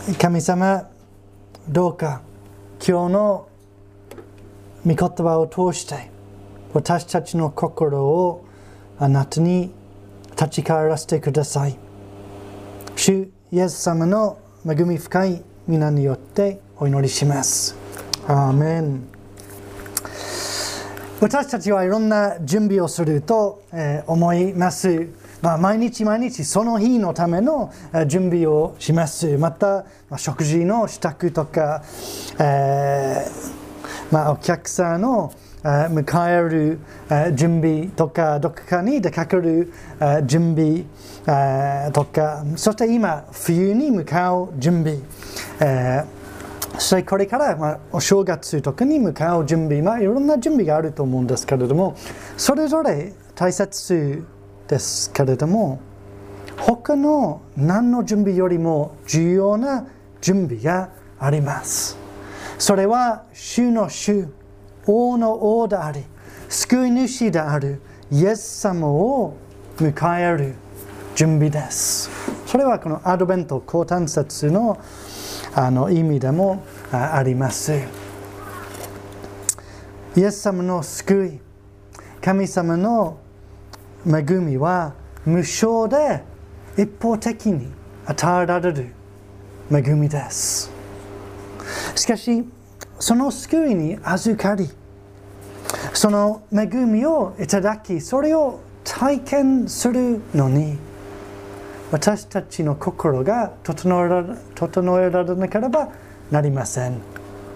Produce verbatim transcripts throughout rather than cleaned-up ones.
神様、どうか今日の御言葉を通して私たちの心をあなたに立ち返らせてください。主イエス様の恵み深い皆によってお祈りします。アーメン。私たちはいろんな準備をすると、えー、思います。まあ、毎日毎日その日のための準備をします。また、まあ、食事の支度とか、えーまあ、お客さんの迎える準備とか、どこかに出かける準備とか、そして今冬に向かう準備、えー、そしてこれから、まあ、お正月とかに向かう準備、まあ、いろんな準備があると思うんですけれども、それぞれ大切ですけれども、他の何の準備よりも重要な準備があります。それは主の主、王の王であり、救い主であるイエス様を迎える準備です。それはこのアドベント降誕節のあの意味でもあります。イエス様の救い、神様の恵みは無償で一方的に与えられる恵みです。しかし、その救いに預かり、その恵みをいただき、それを体験するのに、私たちの心が整えられ、整えられなければなりません。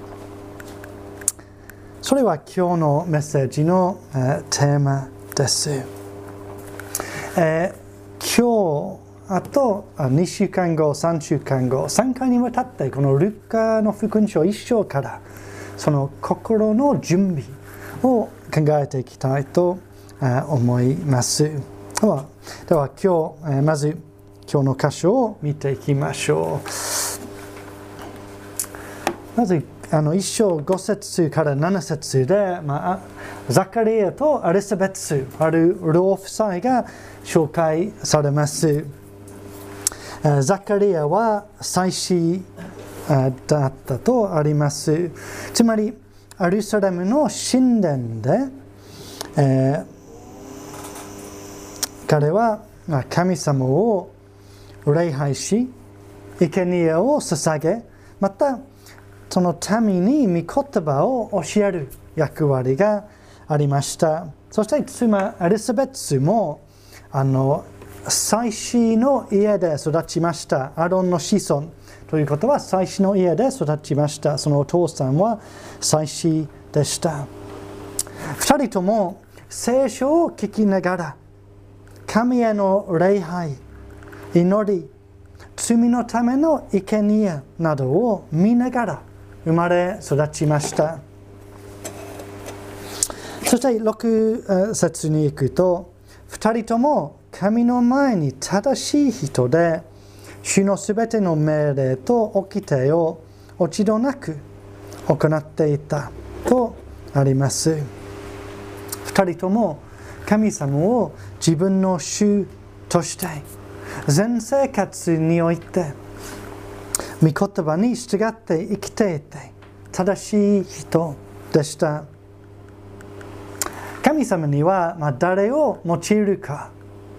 それは今日のメッセージの、えー、テーマです。えー、今日あとにしゅうかんご、さんしゅうかんご、さんかいにわたってこのルカの福音書いっ章からその心の準備を考えていきたいと思います。では、では今日まず今日の箇所を見ていきましょう。まずあのいっ章ご節からなな節で、まあ、ザカリアとエリザベス、ある老夫妻が紹介されます。ザカリアは祭司だったとあります。つまり、エルサレムの神殿で、えー、彼は神様を礼拝し、生贄を捧げ、またその民に御言葉を教える役割がありました。そして妻エリザベスもあの祭司の家で育ちました。アロンの子孫ということは祭司の家で育ちました。そのお父さんは祭司でした。二人とも聖書を聞きながら神への礼拝、祈り、罪のための生贄などを見ながら生まれ育ちました。そしてろく節に行くと、二人とも神の前に正しい人で、主のすべての命令と掟を落ち度なく行っていたとあります。二人とも神様を自分の主として全生活において御言葉に従って生きていて正しい人でした。神様には、まあ、誰を用いるか、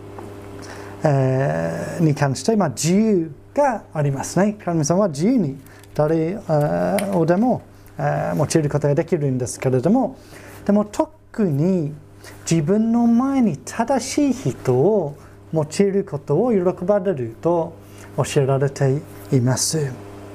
えー、に関して、まあ、自由がありますね。神様は自由に誰をでも、えー、用いることができるんですけれども、でも特に自分の前に正しい人を用いることを喜ばれると教えられています。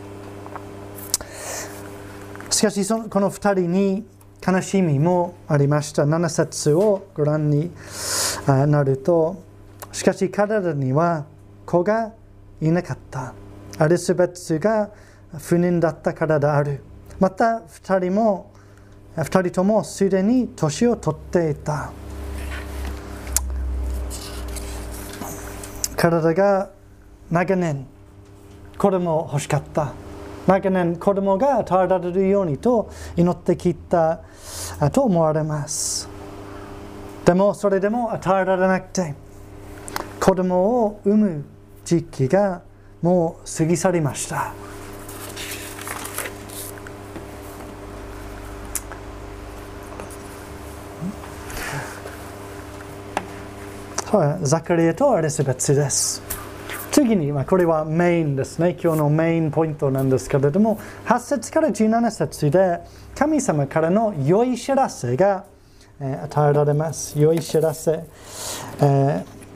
しかしそのこの二人に悲しみもありました。なな節をご覧になると、しかし彼らには子がいなかった。エリザベスが不妊だったからである。また二人も二人ともすでに年を取っていた。彼らが長年子供を欲しかった。長年子供が与えられるようにと祈ってきたと思われます。でもそれでも与えられなくて、子供を産む時期がもう過ぎ去りました。 これはザカリアとエリザベスです。次に、まあ、これはメインですね。今日のメインポイントなんですけれども、はち節からじゅうなな節で神様からの良い知らせが、えー、与えられます。良い知らせ。えー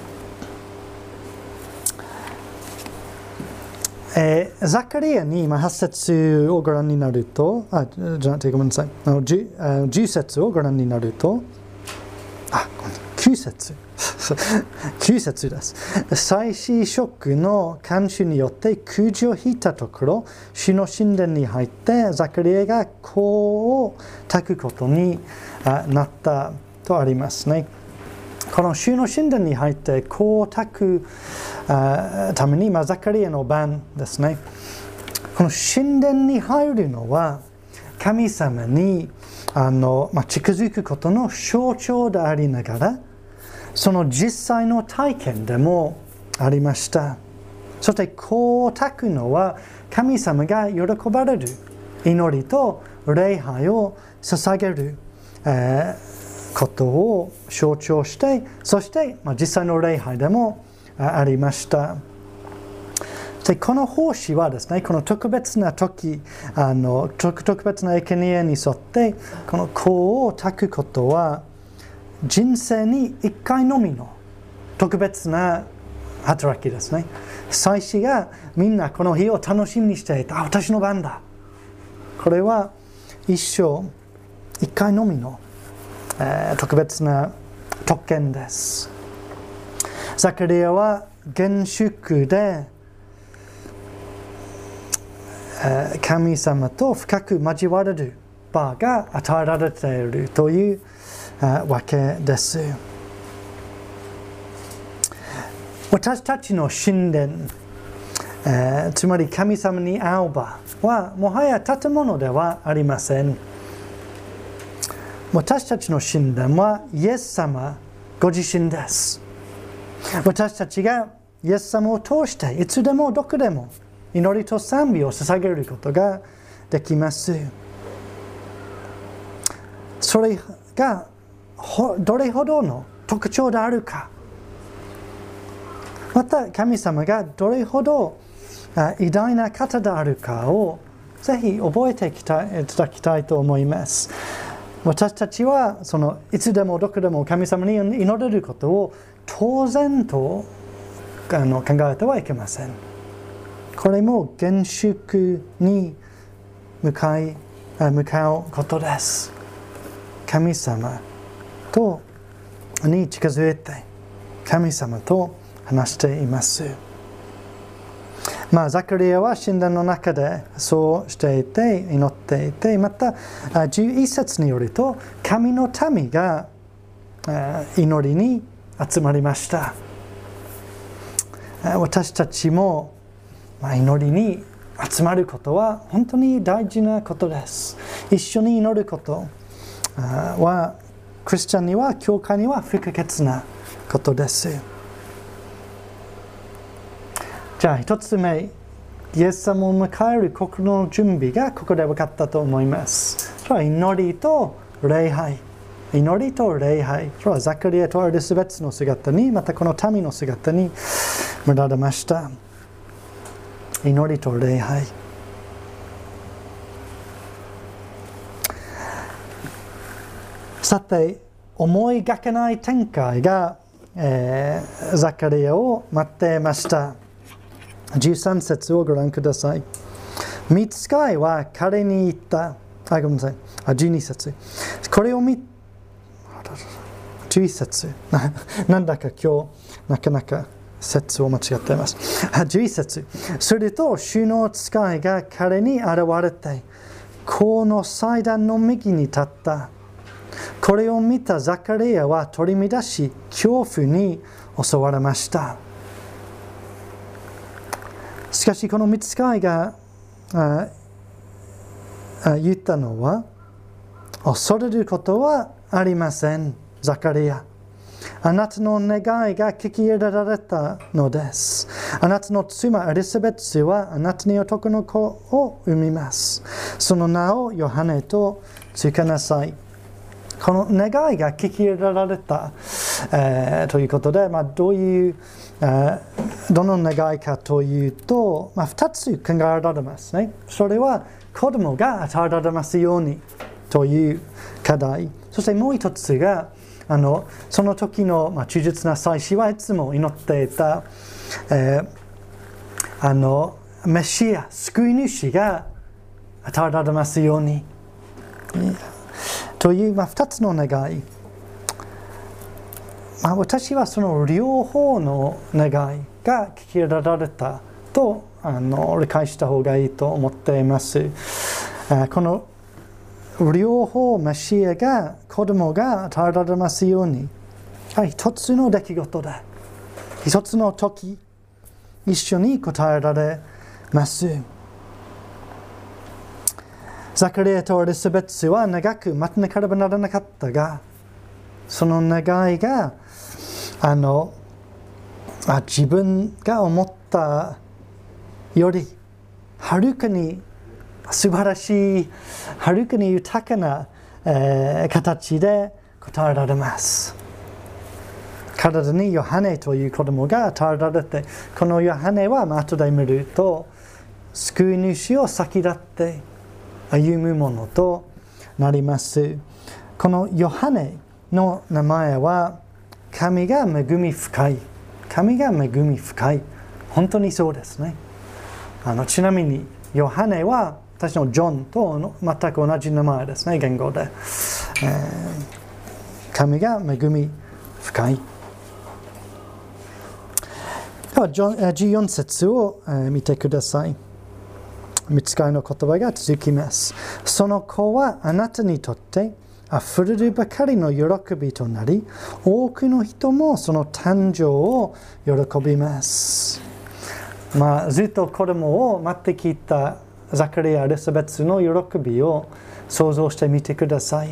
えー、ザカリアに、まあ、はち節をご覧になると、あ、じゃなくてごめんなさい、じゅう節をご覧になると、あ、きゅう節。きゅう節です。祭司職の看守によってくじを引いたところ、主の神殿に入ってザカリアが香を焚くことになったとありますね。この主の神殿に入って香を焚くために、まあ、ザカリアの番ですね。この神殿に入るのは神様にあの、まあ、近づくことの象徴でありながら、その実際の体験でもありました。そして香を焚くのは神様が喜ばれる祈りと礼拝を捧げる、えー、ことを象徴して、そして、まあ、実際の礼拝でもありました。でこの奉仕はですね、この特別な時、あの特別な生贄に沿ってこの香を焚くことは人生に一回のみの特別な働きですね。祭司がみんなこの日を楽しみにしていた。あ、私の番だ。これは一生一回のみの、えー、特別な特権です。ザカリアは厳粛で、えー、神様と深く交われる場が与えられているというわけです。私たちの神殿、えー、つまり神様に会う場はもはや建物ではありません。私たちの神殿はイエス様ご自身です。私たちがイエス様を通していつでもどこでも祈りと賛美を捧げることができます。それがどれほどの特徴であるか、また神様がどれほど偉大な方であるかをぜひ覚えていただきたいと思います。私たちはそのいつでもどこでも神様に祈れることを当然とあの考えてはいけません。これも厳粛に向かい向かうことです。神様とに近づいて神様と話しています。まあ、ザカリアは神殿の中でそうしていて祈っていて、またじゅういち節によると神の民が祈りに集まりました。私たちも祈りに集まることは本当に大事なことです。一緒に祈ることはクリスチャンには教会には不可欠なことです。じゃあ一つ目、イエス様を迎える心の準備がここで分かったと思います。それは祈りと礼拝。祈りと礼拝。それはザカリアとエリザベスの姿に、またこの民の姿に見られました。祈りと礼拝。さて、思いがけない展開が、えー、ザカリアを待っていました。じゅうさん節をご覧ください。御使いは彼に言った。あ、ごめんなさい。あ、じゅうに節。これを見、じゅういち節。なんだか今日、なかなか節を間違っています。じゅういち節。すると、主の使いが彼に現れて、この祭壇の右に立った。これを見たザカリアは取り乱し、恐怖に襲われました。しかしこの御使いがああ言ったのは、恐れることはありません、ザカリア。あなたの願いが聞き入れられたのです。あなたの妻エリザベスはあなたに男の子を産みます。その名をヨハネとつけなさい。この願いが聞き入れられたえー、ということで、まあ、どういう、えー、どの願いかというと、まあ、ふたつ考えられますね。それは子供が与えられますようにという課題。そしてもう一つが、あのその時の、まあ、忠実な祭司はいつも祈っていた、えー、あのメシア、救い主が与えられますようにという、まあ、ふたつの願い。まあ、私はその両方の願いが聞き入れられたとあの理解した方がいいと思っています。この両方メシアが子供が与えられますように、一つの出来事で一つの時一緒に答えられます。ザカリアとエリザベツは長く待たなければならなかったが、その願いがあのあ自分が思ったよりはるかに素晴らしい、はるかに豊かな、えー、形で答えられます。体にヨハネという子供が与えられて、このヨハネは後で見ると救い主を先立って歩むものとなります。このヨハネの名前は神が恵み深い、神が恵み深い、本当にそうですね。あのちなみにヨハネは私のジョンと全く同じ名前ですね、言語で、えー、神が恵み深い。ではじゅうよん節を見てください。御使いの言葉が続きます。その子はあなたにとってあふれるばかりの喜びとなり、多くの人もその誕生を喜びます。まあ、ずっと子供を待ってきたザカリア・エリザベツの喜びを想像してみてください。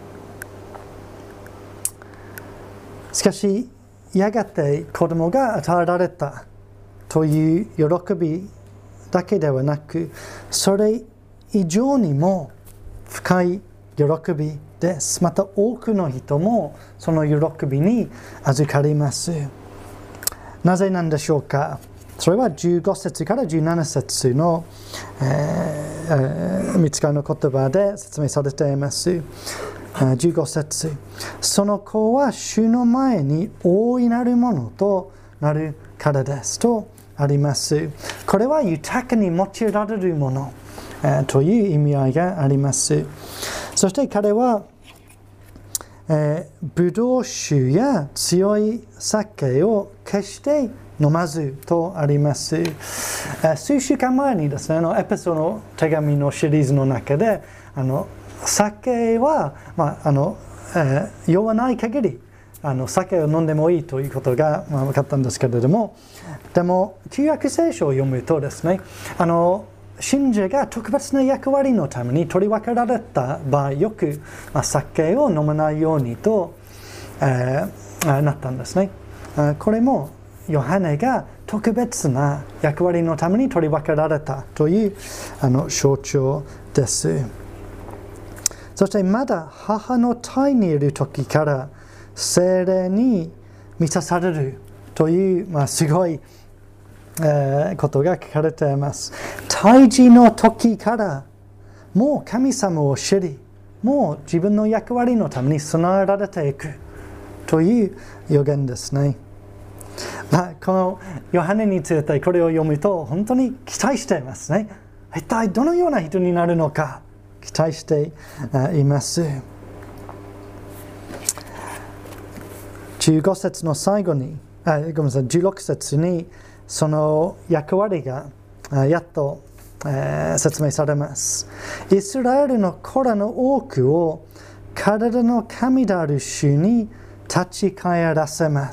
しかし、やがて子供が与えられたという喜びだけではなく、それ以上にも深い喜びです。また多くの人もその喜びに預かります。なぜなんでしょうか。それはじゅうご節からじゅうなな節の、えーえー、御使いの言葉で説明されています。じゅうご節、その子は主の前に大いなるものとなるからですとあります。これは豊かに用いられるもの、えー、という意味合いがあります。そして彼は、えー、ブドウ酒や強い酒を決して飲まずとあります。数週間前にですね、あのエペソの手紙のシリーズの中で、あの酒は、まああのえー、酔わない限りあの酒を飲んでもいいということが、まあ、分かったんですけれども、でも旧約聖書を読むとですね、あの信者が特別な役割のために取り分けられた場合、よく、まあ、酒を飲まないようにと、えー、なったんですね。これもヨハネが特別な役割のために取り分けられたというあの象徴です。そしてまだ母の胎にいる時から聖霊に満たされるという、まあ、すごい、えー、ことが書かれています。胎児の時からもう神様を知り、もう自分の役割のために備えられていくという予言ですね。まあ、このヨハネについてこれを読むと本当に期待していますね。一体どのような人になるのか期待しています。じゅうご節の最後に、あ、ごめんなさい、じゅうろく節にその役割がやっと、えー、説明されます。イスラエルの子らの多くを体の神である主に立ち返らせます。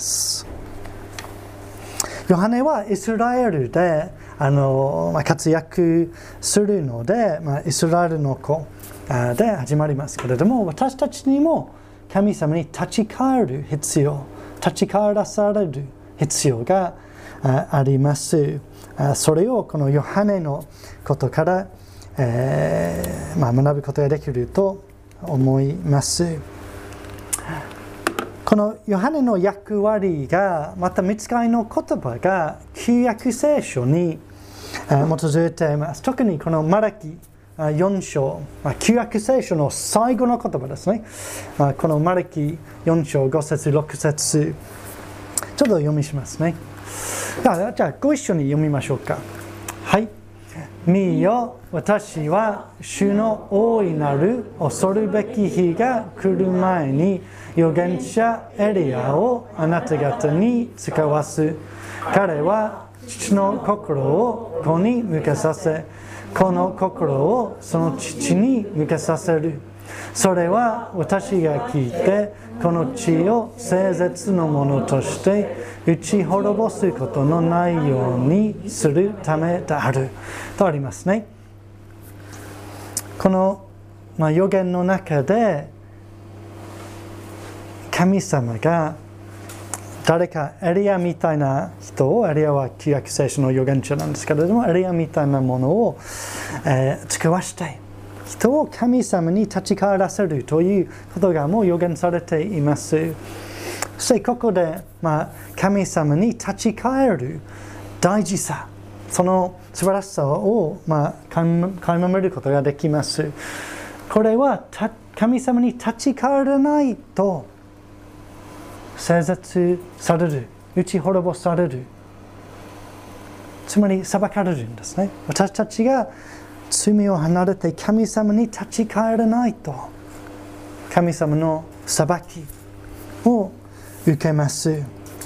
ヨハネはイスラエルであの、まあ、活躍するので、まあ、イスラエルの子で始まりますけれども、私たちにも神様に立ち返る必要、立ち返らされる必要があります。それをこのヨハネのことから、えーまあ、学ぶことができると思います。 このヨハネの役割が、また御使いの言葉が旧約聖書に基づいています。特にこのマラキよん章、旧約聖書の最後の言葉ですね。このマラキよん章ご節ろく節、ちょっと読みしますね。じゃあご一緒に読みましょうか。はい。見よ、私は主の大いなる恐るべき日が来る前に預言者エリアをあなた方に使わす。彼は父の心を子に向けさせ、子の心をその父に向けさせる。それは私が聞いてこの地を聖絶のものとして打ち滅ぼすことのないようにするためであるとありますね。この、まあ、預言の中で神様が誰かエリアみたいな人を、エリアは旧約聖書の預言者なんですけれども、エリアみたいなものを、えー、使わして人を神様に立ち返らせるということがもう予言されています。そしてここで、まあ、神様に立ち返る大事さ、その素晴らしさを、まあ、垣間見ることができます。これは神様に立ち返らないと聖絶される、打ち滅ぼされる、つまり裁かれるんですね。私たちが罪を離れて神様に立ち返らないと神様の裁きを受けます。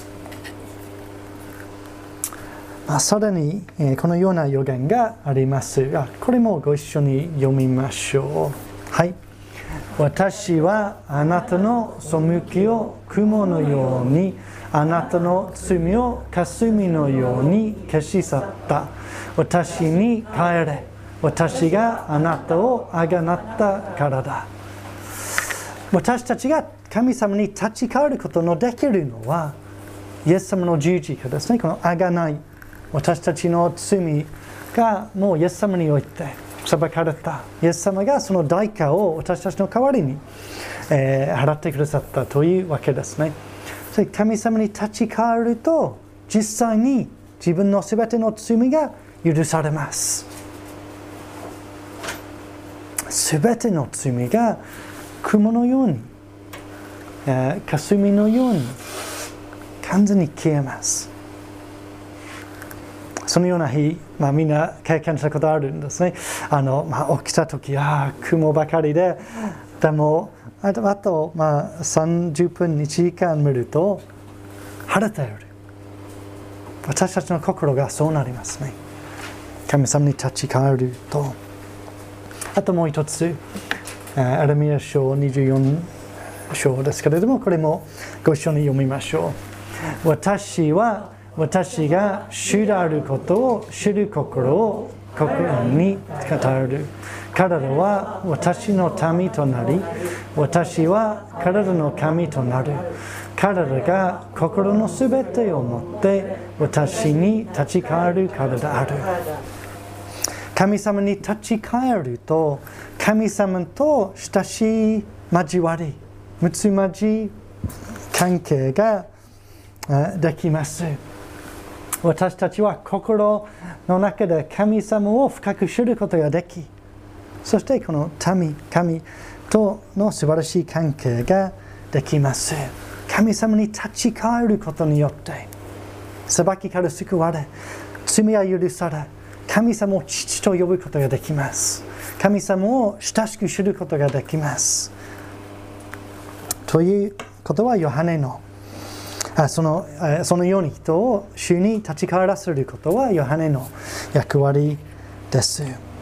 まあ、さらに、えー、このような予言があります。あ、これもご一緒に読みましょう。はい。私はあなたの背きを雲のように、あなたの罪を霞のように消し去った。私に帰れ。私があなたをあがなったからだ。私たちが神様に立ち返ることのできるのは、イエス様の十字架ですね。このあがない。私たちの罪がもうイエス様において裁かれた。イエス様がその代価を私たちの代わりに、えー、払ってくださったというわけですね。それ神様に立ち返ると、実際に自分のすべての罪が許されます。すべての罪が雲のように、えー、霞のように完全に消えます。そのような日、まあ、みんな経験したことあるんですね。あの、まあ、起きたとき、ああ、雲ばかりで、でも、あと、あとまあ、さんじゅっぷん、いちじかん見ると、晴れている。私たちの心がそうなりますね。神様に立ち返ると。あともう一つ、エレミヤ書にじゅうよん章ですけれども、これもご一緒に読みましょう。私は私が主であることを知る心を国民に語る。彼らは私の民となり、私は彼らの神となる。彼らが心のすべてを持って私に立ち返るからである。神様に立ち返ると、神様と親しい交わり、むつまじい関係ができます。私たちは心の中で神様を深く知ることができ、そしてこの民、神との素晴らしい関係ができます。神様に立ち返ることによって、裁きから救われ、罪は許され、神様を父と呼ぶことができます。神様を親しく知ることができます。ということはヨハネのその、そのように人を主に立ち返らせることはヨハネの役割です。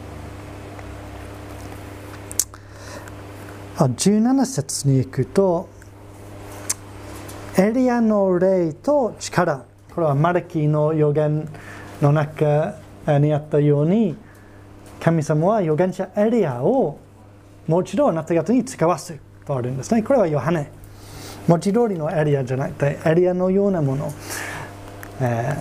じゅうなな節に行くと、エリアの霊と力、これはマラキの預言の中にあったように、神様は預言者エリアをもう一度あなた方に使わすとあるんですね。これはヨハネ。文字通りのエリアじゃなくて、エリアのようなもの。え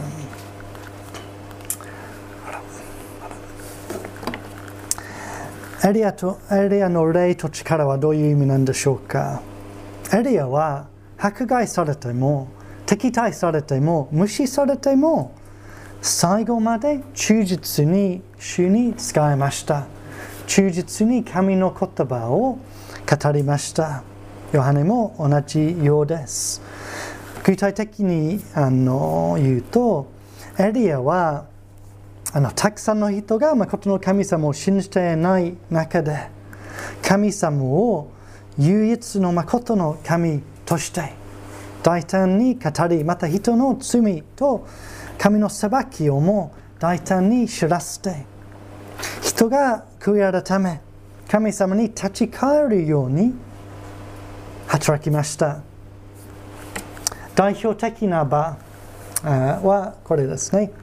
ー、エリアと、エリアの霊と力はどういう意味なんでしょうか。エリアは迫害されても、敵対されても、無視されても、最後まで忠実に主に仕えました。忠実に神の言葉を語りました。ヨハネも同じようです。具体的にあの言うと、エリアはあのたくさんの人が誠の神様を信じていない中で、神様を唯一の誠の神として大胆に語り、また人の罪と神の裁きをも大胆に知らせて、人が悔い改め、神様に立ち返るように働きました。代表的な場はこれですね。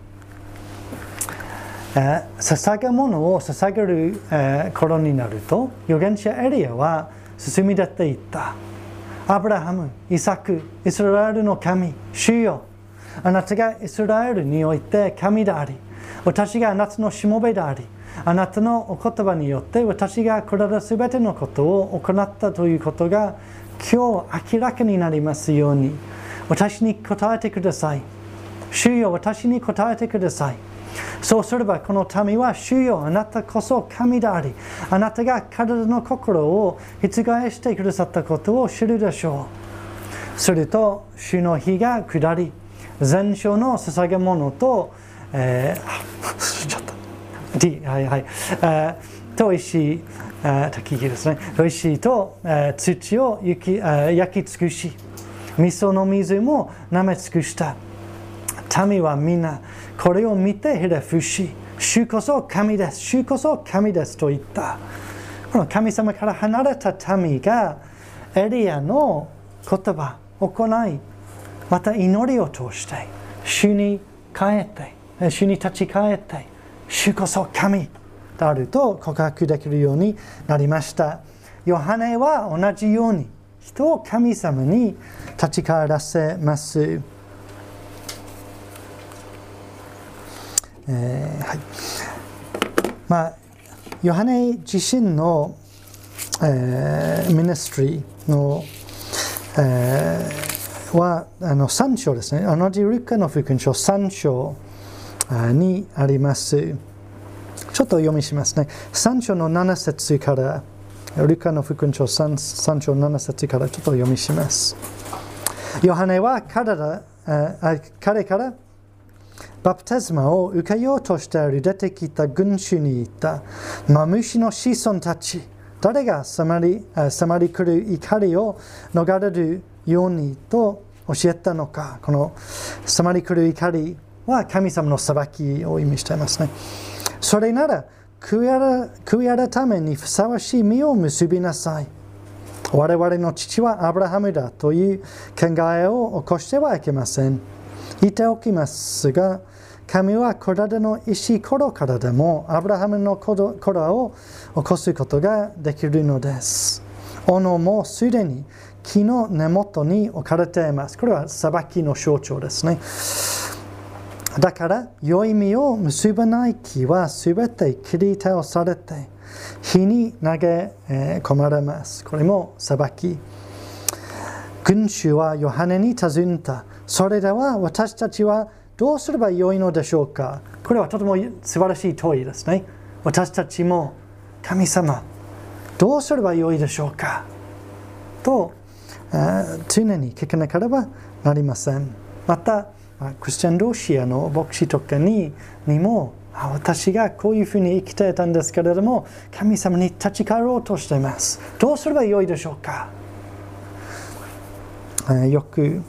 捧げ物を捧げる頃になると、預言者エリアは進み出ていった。アブラハム、イサク、イスラエルの神、主よ、あなたがイスラエルにおいて神であり、私があなたのしもべであり、あなたのお言葉によって私がこれらすべてのことを行ったということが今日明らかになりますように、私に答えてください。主よ、私に答えてください。そうすればこの民は、主よ、あなたこそ神であり、あなたが彼らの心を覆してくださったことを知るでしょう。すると、主の火が下り、全焼の捧げ物と、えー、ちょっと、D、はいはい、えー、と石、えー、滝ですね、と石と、えー、土を焼き、えー、焼き尽くし、味噌の水も舐め尽くした。民はみんなこれを見てひれ伏し、主こそ神です、主こそ神ですと言った。この神様から離れた民がエリアの言葉、行い、また祈りを通して主に帰って、主に立ち返って、主こそ神であると告白できるようになりました。ヨハネは同じように人を神様に立ち返らせます。えーはいまあ、ヨハネ自身の、えー、ミニストリーの、えー、はあのさん章ですね。同じルカの福音書さん章にあります。ちょっと読みしますね。さん章のなな節から、ルカの福音書 3, さん章なな節からちょっと読みします。ヨハネは彼ら、あ彼からバプテスマを受けようとしている出てきた群衆に言った。マムシの子孫たち、誰が迫り、迫り来る怒りを逃れるようにと教えたのか。この迫り来る怒りは神様の裁きを意味していますね。それなら悔い改めにふさわしい実を結びなさい。我々の父はアブラハムだという考えを起こしてはいけません。言っておきますが、神はこれらの石ころからでもアブラハムの子らを起こすことができるのです。斧もすでに木の根元に置かれています。これは裁きの象徴ですね。だから良い実を結ばない木はすべて切り倒されて火に投げ込まれます。これも裁き。群衆はヨハネに尋ねた。それでは私たちはどうすればよいのでしょうか。これはとても素晴らしい問いですね。私たちも神様、どうすればよいでしょうかと常に聞かなければなりません。またクリスチャン同士の牧師とかににも、私がこういうふうに生きていたんですけれども、神様に立ち返ろうとしています。どうすればよいでしょうか。よく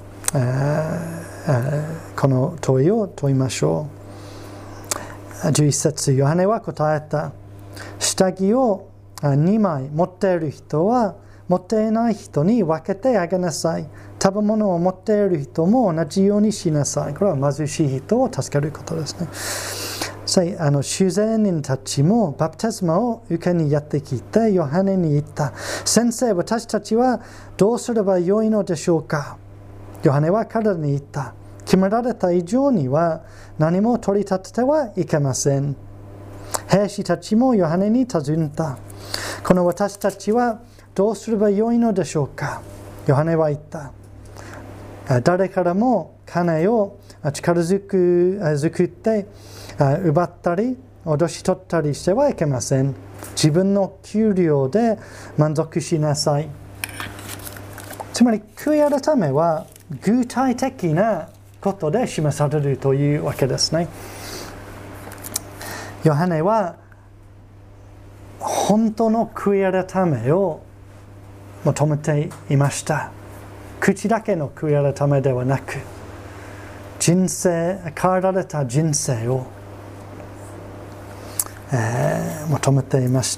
この問いを問いましょう。じゅういち節、ヨハネは答えた。下着をにまい持っている人は持っていない人に分けてあげなさい。食べ物を持っている人も同じようにしなさい。これは貧しい人を助けることですね。あの修税人たちもバプテスマを受けにやってきてヨハネに言った。先生、私たちはどうすればよいのでしょうか。ヨハネは彼らに言った。決められた以上には何も取り立ててはいけません。兵士たちもヨハネに尋ねた。この私たちはどうすればよいのでしょうか。ヨハネは言った。 誰からも金を力づくづくって奪ったり脅し取ったりしてはいけません。自分の給料で満足しなさい。つまり悔い改めは具体的なことで示されるというわけですね。ヨハネは本当の悔い改めを求めていました。口だけの悔い改めではなく、人生、変えられた人生を、えー、求めていました。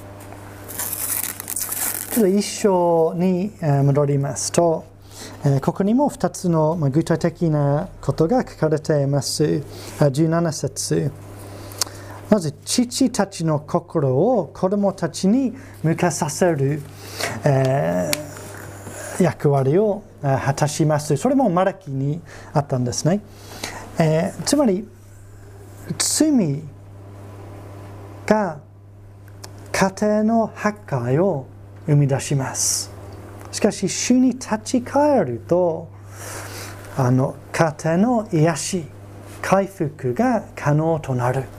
一章に戻りますと、ここにもふたつの具体的なことが書かれています。じゅうなな節。まず、父たちの心を子供たちに向かさせる、えー、役割を果たします。それもマラキにあったんですね。えー、つまり、罪が家庭の破壊を生み出します。しかし、主に立ち返ると、あの家庭の癒し、回復が可能となる。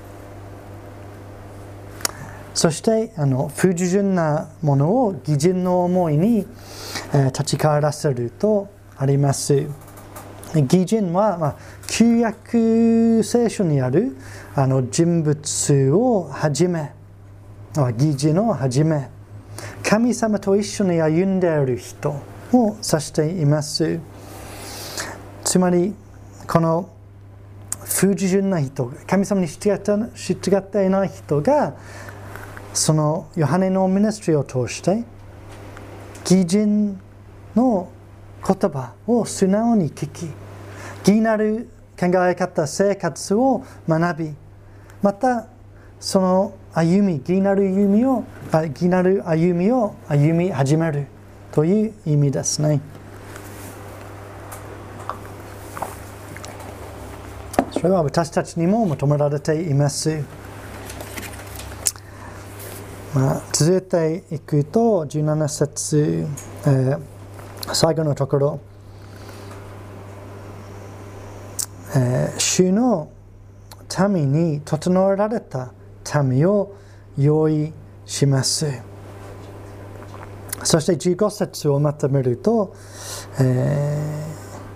そしてあの不従順なものを義人の思いに、えー、立ち返らせるとあります。義人は、まあ、旧約聖書にあるあの人物をはじめ、義人をはじめ、神様と一緒に歩んでいる人を指しています。つまり、この不従順な人、神様に従っていない人が、そのヨハネのミニストリーを通して、義人の言葉を素直に聞き、義なる考え方、生活を学び、またその歩み、義なる歩みを、義なる歩みを歩み始めるという意味ですね。それは私たちにも求められています。まあ、続いていくと、じゅうなな節、えー、最後のところ、えー、主の民に整えられた民を用意します。そしてじゅうご節をまとめると、え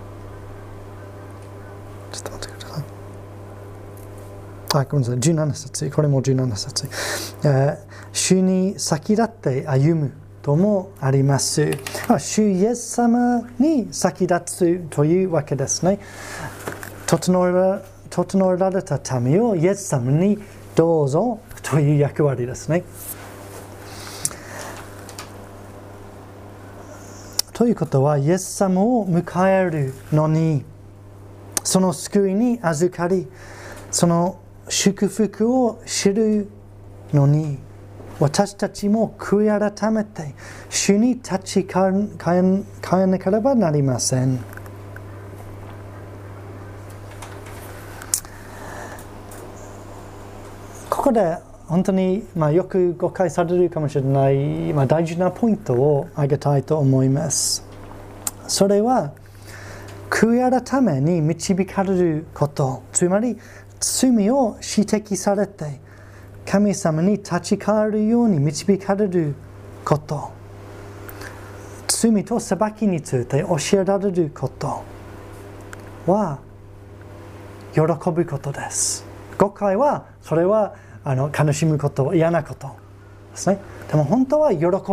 ー、ちょっと待ってください。あ、ごめんなさい、じゅうなな節、これもじゅうなな節。えー主に先立って歩むともあります。主イエス様に先立つというわけですね。整えら、整えられた民をイエス様にどうぞという役割ですね。ということは、イエス様を迎えるのに、その救いに預かり、その祝福を知るのに、私たちも悔い改めて主に立ち返らなければなりません。ここで本当に、まあ、よく誤解されるかもしれない、まあ、大事なポイントを挙げたいと思います。それは悔い改めに導かれること、つまり罪を指摘されて神様に立ち返るように導かれること、罪と裁きについて教えられることは喜ぶことです。誤解はそれはあの悲しむこと、嫌なことですね。でも本当は喜ぶこと。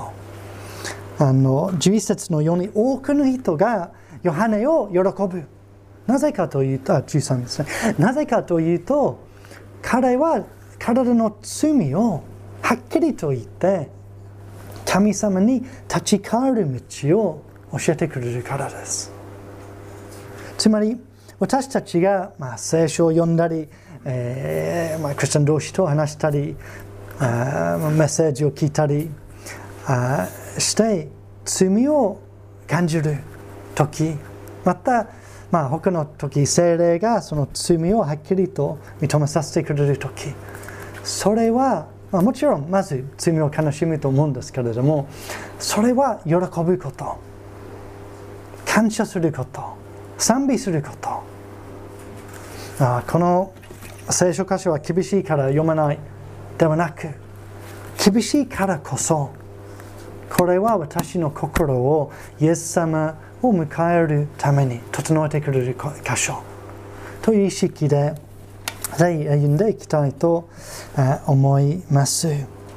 あのじゅういち節のように多くの人がヨハネを喜ぶ。なぜかというと、じゅうさんですね。なぜかというと、彼は体の罪をはっきりと言って神様に立ち返る道を教えてくれるからです。つまり私たちが、まあ、聖書を読んだり、えーまあ、クリスチャン同士と話したり、あメッセージを聞いたりあして罪を感じるとき、また、まあ、他の時聖霊がその罪をはっきりと認めさせてくれるとき、それは、まあ、もちろんまず罪を悲しむと思うんですけれども、それは喜ぶこと、 感謝すること、賛美すること。あこの聖書箇所は厳しいから読まないではなく、厳しいからこそ、これは私の心をイエス様を迎えるために整えてくれる箇所という意識でぜひ歩んでいきたいと思います。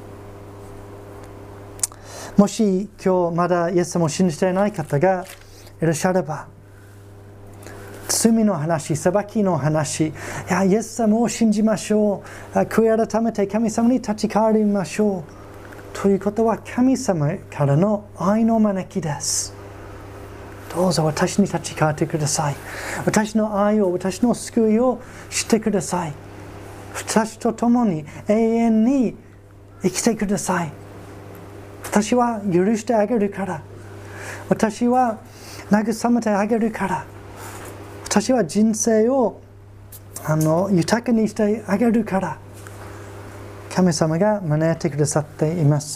もし今日まだイエス様を信じていない方がいらっしゃれば、罪の話、裁きの話、いやイエス様を信じましょう、悔い改めて神様に立ち返りましょうということは神様からの愛の招きです。どうぞ私に立ち返ってください。私の愛を、私の救いをしてください。私と共に永遠に生きてください。私は許してあげるから。私は慰めてあげるから。私は人生をあの豊かにしてあげるから。神様が招いてくださっています。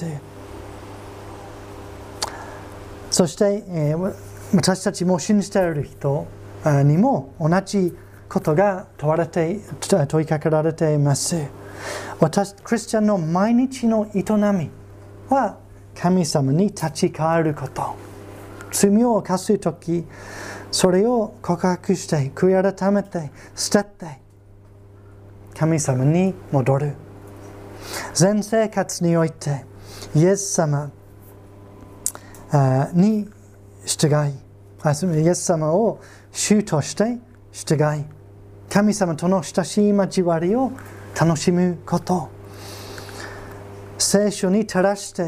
そして、えー、私たちも信じている人にも同じことが問われて、問いかけられています。私、クリスチャンの毎日の営みは神様に立ち返ること。罪を犯すとき、それを告白して、悔い改めて、捨てて、神様に戻る。全生活において、イエス様に従い、イエス様を主として従い、神様との親しい交わりを楽しむこと。聖書に照らして、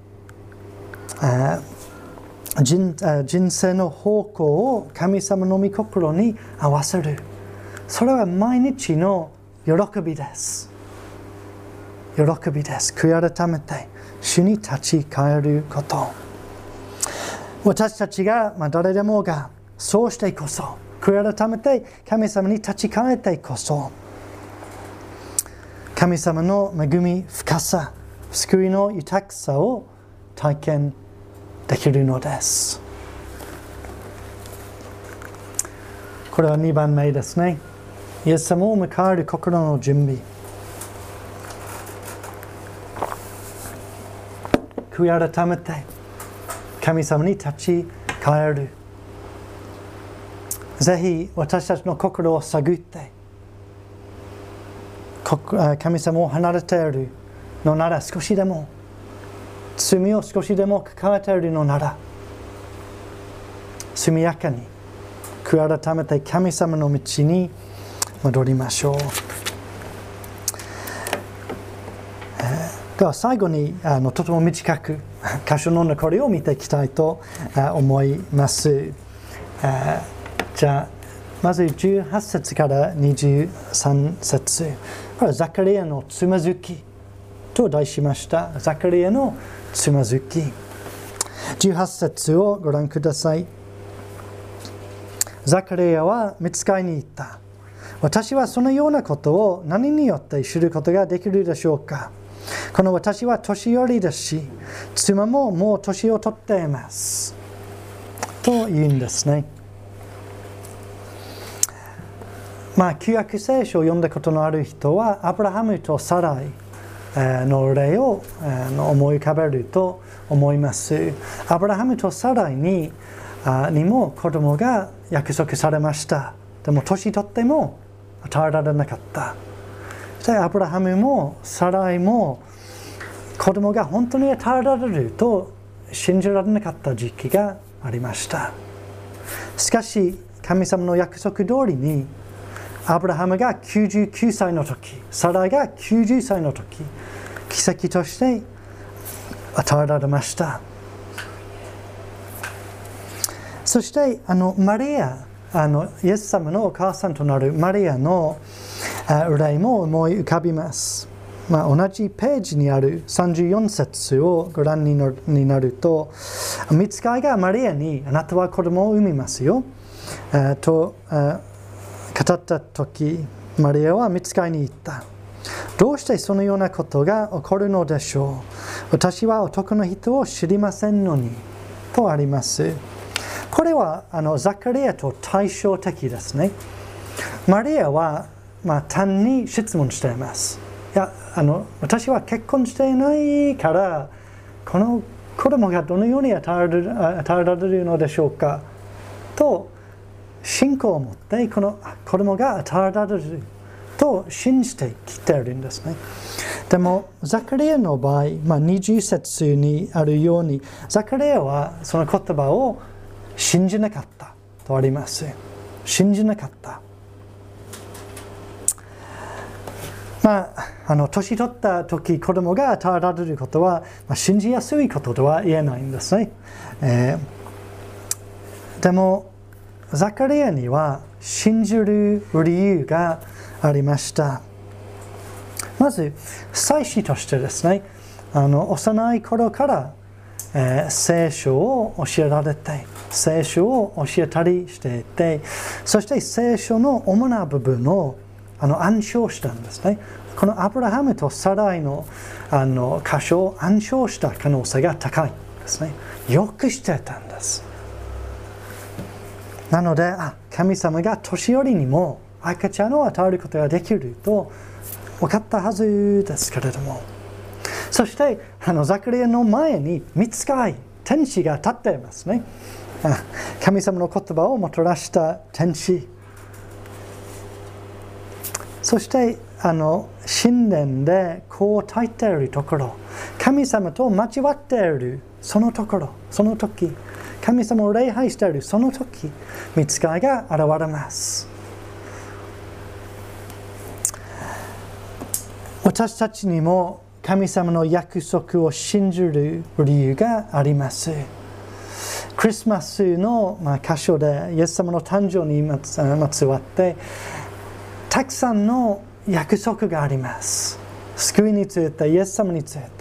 人, 人生の方向を神様の御心に合わせる。それは毎日の喜びです。喜びです。悔い改めて主に立ち返ること。私たちが、まあ、誰でもがそうしてこそ、悔い改めて神様に立ち返ってこそ、神様の恵み、深さ、救いの豊かさを体験できるのです。これはにばんめですね。イエス様を迎える心の準備。悔い改めて神様に立ち返る。ぜひ私たちの心を探って、神様を離れているのなら少しでも、罪を少しでも抱えているのなら、速やかに悔い改めて神様の道に戻りましょう。では最後にあのとても短く箇所の残りを見ていきたいと思います。じゃあまずじゅうはち節からにじゅうさん節、これはザカリアのつまずきと題しました。ザカリアのつまずき。じゅうはち節をご覧ください。ザカリアは御使いに言った。私はそのようなことを何によって知ることができるでしょうか。この私は年寄りですし、妻ももう年を取っています。と言うんですね。まあ、旧約聖書を読んだことのある人は、アブラハムとサライの例を思い浮かべると思います。アブラハムとサライににも子供が約束されました。でも年取っても与えられなかった。そしてアブラハムもサライも子供が本当に与えられると信じられなかった時期がありました。しかし神様の約束通りにアブラハムがきゅうじゅうきゅうさいの時、サライがきゅうじゅっさいの時、奇跡として与えられました。そしてあのマリア、あのイエス様のお母さんとなるマリアの例も思い浮かびます。まあ、同じページにあるさんじゅうよん節をご覧になると、御使いがマリアにあなたは子供を産みますよと語ったとき、マリアは御使いに言った。どうしてそのようなことが起こるのでしょう。私は男の人を知りませんのに。とあります。 これはあのザカリアと対照的ですね。マリアは、まあ、単に質問しています。いや、あの私は結婚していないからこの子供がどのように与えられるのでしょうかと信仰を持ってこの子供が与えられると信じてきているんですね。でもザカリアの場合、まあ、にじゅう節にあるようにザカリアはその言葉を信じなかったとあります。信じなかった。まあ、あの年取った時子供が与えられることは、まあ、信じやすいこととは言えないんですね。えー、でもザカリアには信じる理由がありました。まず祭司としてですね、あの幼い頃から、えー、聖書を教えられて聖書を教えたりしていて、そして聖書の主な部分をあの暗唱したんですね。このアブラハムとサライの、あの箇所を暗唱した可能性が高いですね。よくしてたんです。なので、あ、神様が年寄りにも赤ちゃんを与えることができると分かったはずですけれども、そしてあのザカリアの前に御使い天使が立っていますね。神様の言葉をもたらした天使。そしてあの神殿でこう書いているところ、神様と間違っているそのところ、その時、神様を礼拝しているその時、御使いが現れます。私たちにも神様の約束を信じる理由があります。クリスマスの、まあ、箇所でイエス様の誕生にまつわってたくさんの約束があります。救いについて、イエス様について。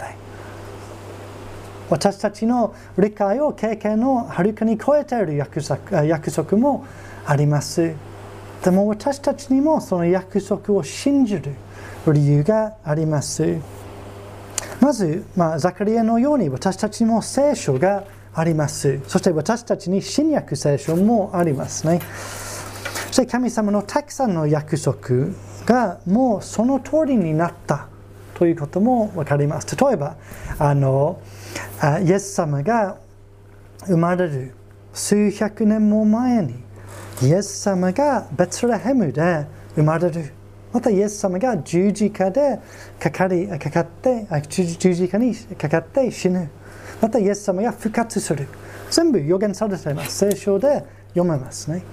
私たちの理解を経験をはるかに超えている約束、約束もあります。でも私たちにもその約束を信じる理由があります。まず、まあ、ザカリアのように私たちにも聖書があります。そして私たちに新約聖書もありますね。そして神様のたくさんの約束がもうその通りになったということも分かります。例えばあのイエス様が生まれる数百年も前にイエス様がベツレヘムで生まれる。またイエス様が十字架でかかりかかって十字架にかかって死ぬ。またイエス様が復活する。全部予言されています。聖書で読めますね。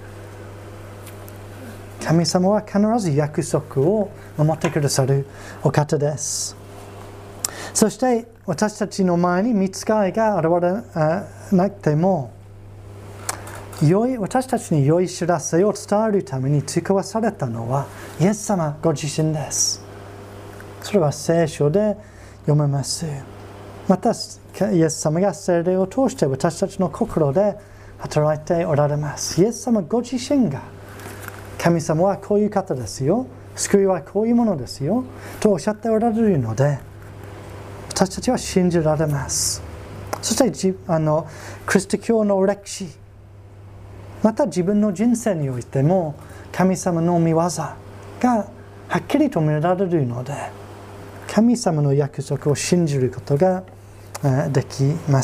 神様は必ず約束を守ってくださるお方です。そして私たちの前に御使いが現れなくても、良い私たちに良い知らせを伝えるために使わされたのはイエス様ご自身です。それは聖書で読めます。またイエス様が聖霊を通して私たちの心で働いておられます。イエス様ご自身が神様はこういう方ですよ、救いはこういうものですよとおっしゃっておられるので、私たちは信じられます。そしてあのキリスト教の歴史、また自分の人生においても神様の御業がはっきりと見られるので、神様の約束を信じることができます。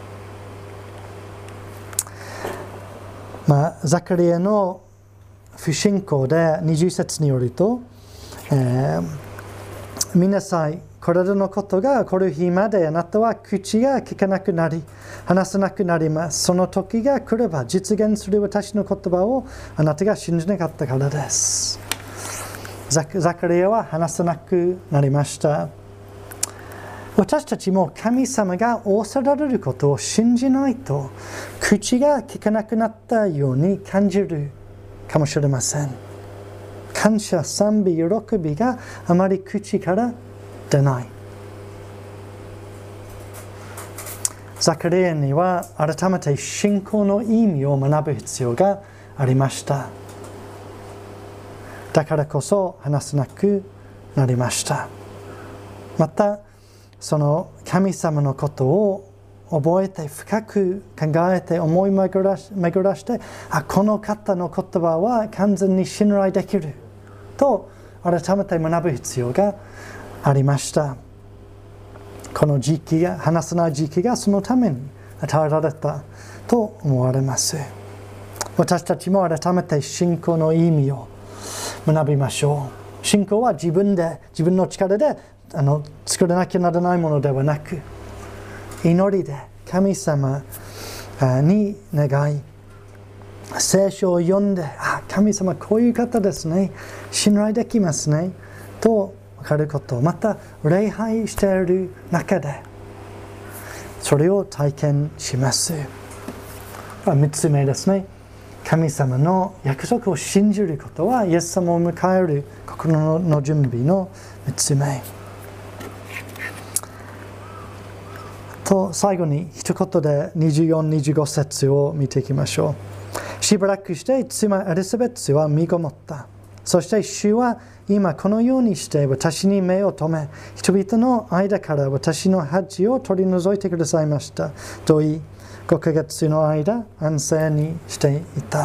まあ、ザカリアの不信仰でにじゅう節によると、えー、見なさい、これらのことが起こる日まであなたは口が聞かなくなり話せなくなります。その時が来れば実現する私の言葉をあなたが信じなかったからです。ザカリアは話せなくなりました。私たちも神様が仰せられることを信じないと口が聞かなくなったように感じるかもしれません。感謝、賛美、喜びがあまり口から出ない。ザカリアには改めて信仰の意味を学ぶ必要がありました。だからこそ話せなくなりました。またその神様のことを覚えて深く考えて思い巡らし、巡らしてあこの方の言葉は完全に信頼できると改めて学ぶ必要がありました。この時期が話せない時期がそのために与えられたと思われます。私たちも改めて信仰の意味を学びましょう。信仰は自分で自分の力であの作らなきゃならないものではなく、祈りで神様に願い、聖書を読んで、あ、神様こういう方ですね、信頼できますねと分かること、また礼拝している中でそれを体験します。みっつめですね。神様の約束を信じることはイエス様を迎える心の準備のみっつめ。と最後に一言でにじゅうよん、にじゅうご節を見ていきましょう。しばらくして妻エリザベツは身ごもった。そして主は今このようにして私に目を留め、人々の間から私の恥を取り除いてくださいましたと言い、ごかげつの間安静にしていた。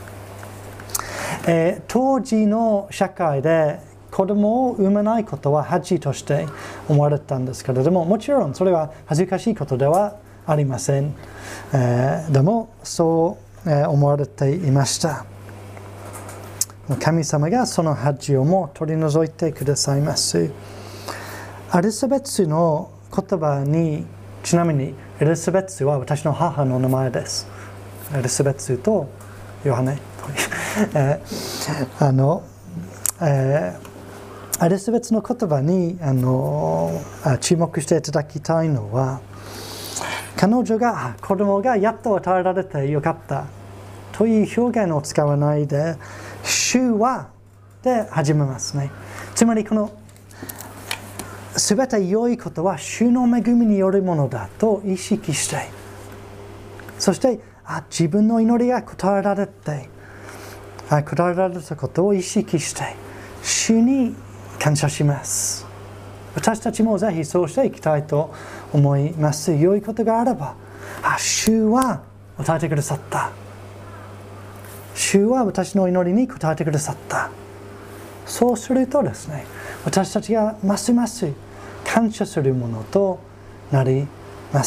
えー、当時の社会で子供を産まないことは恥として思われたんですけれども、もちろんそれは恥ずかしいことではありません。えー、でもそう思われていました。神様がその恥をも取り除いてくださいます。エリザベツの言葉に、ちなみにエリザベツは私の母の名前です。エリザベツとヨハネえー、あの、えー、エリザベツの言葉にあの注目していただきたいのは、彼女が子供がやっと与えられてよかったという表現を使わないで、主はで始めますね。つまりこのすべて良いことは主の恵みによるものだと意識して、そしてあ自分の祈りが答えられてあ答えられたことを意識して主に感謝します。私たちもぜひそうしていきたいと思います。良いことがあれば、あ主は与えてくださった、主は私の祈りに応えてくださった。そうするとですね、私たちがますます感謝するものとなります。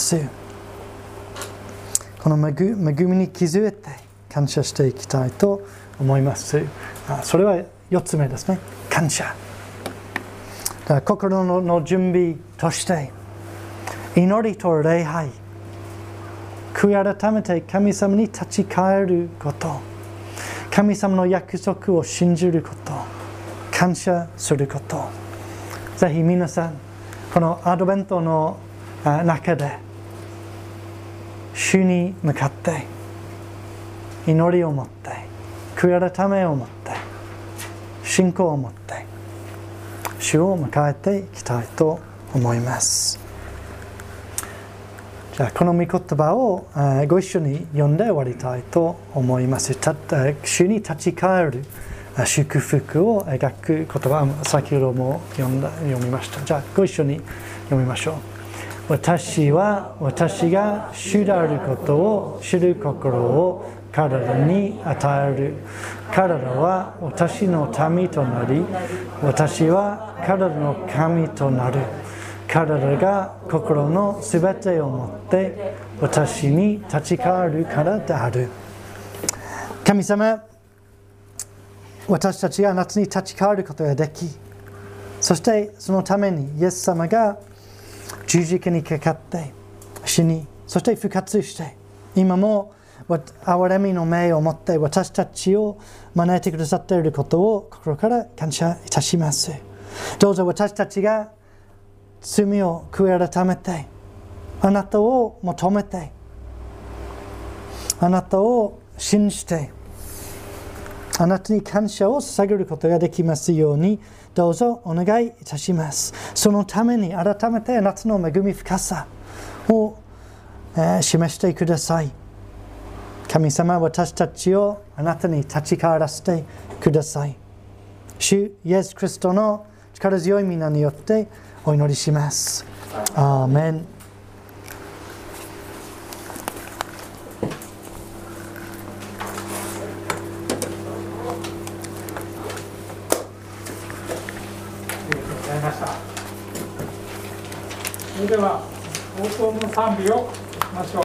この恵みに気づいて感謝していきたいと思います。それはよっつめですね。感謝。だから心の準備として祈りと礼拝、悔い改めて神様に立ち返ること、神様の約束を信じること、感謝すること。ぜひ皆さん、このアドベントの中で、主に向かって、祈りを持って、悔い改めを持って、信仰を持って、主を迎えていきたいと思います。じゃあこの御言葉をご一緒に読んで終わりたいと思います。主に立ち返る祝福を描く言葉、先ほども読んだ読みました。じゃあご一緒に読みましょう。私は私が主であることを知る心を彼らに与える。彼らは私の民となり、私は彼らの神となる。彼らが心のすべてを持って私に立ち返るからである。神様、私たちがあなたに立ち返ることができ、そしてそのためにイエス様が十字架にかかって死に、そして復活して、今も憐れみの目を持って私たちを招いてくださっていることを心から感謝いたします。どうぞ私たちが罪を悔い改めて、あなたを求めて、あなたを信じて、あなたに感謝を捧げることができますように、どうぞお願いいたします。そのために改めてあなたの恵み深さを、えー、示してください。神様、私たちをあなたに立ち返らせてください。主イエス・キリストの力強い皆によってお祈りします。アーメン。 ざいました。それでは、応答の賛美をしましょう。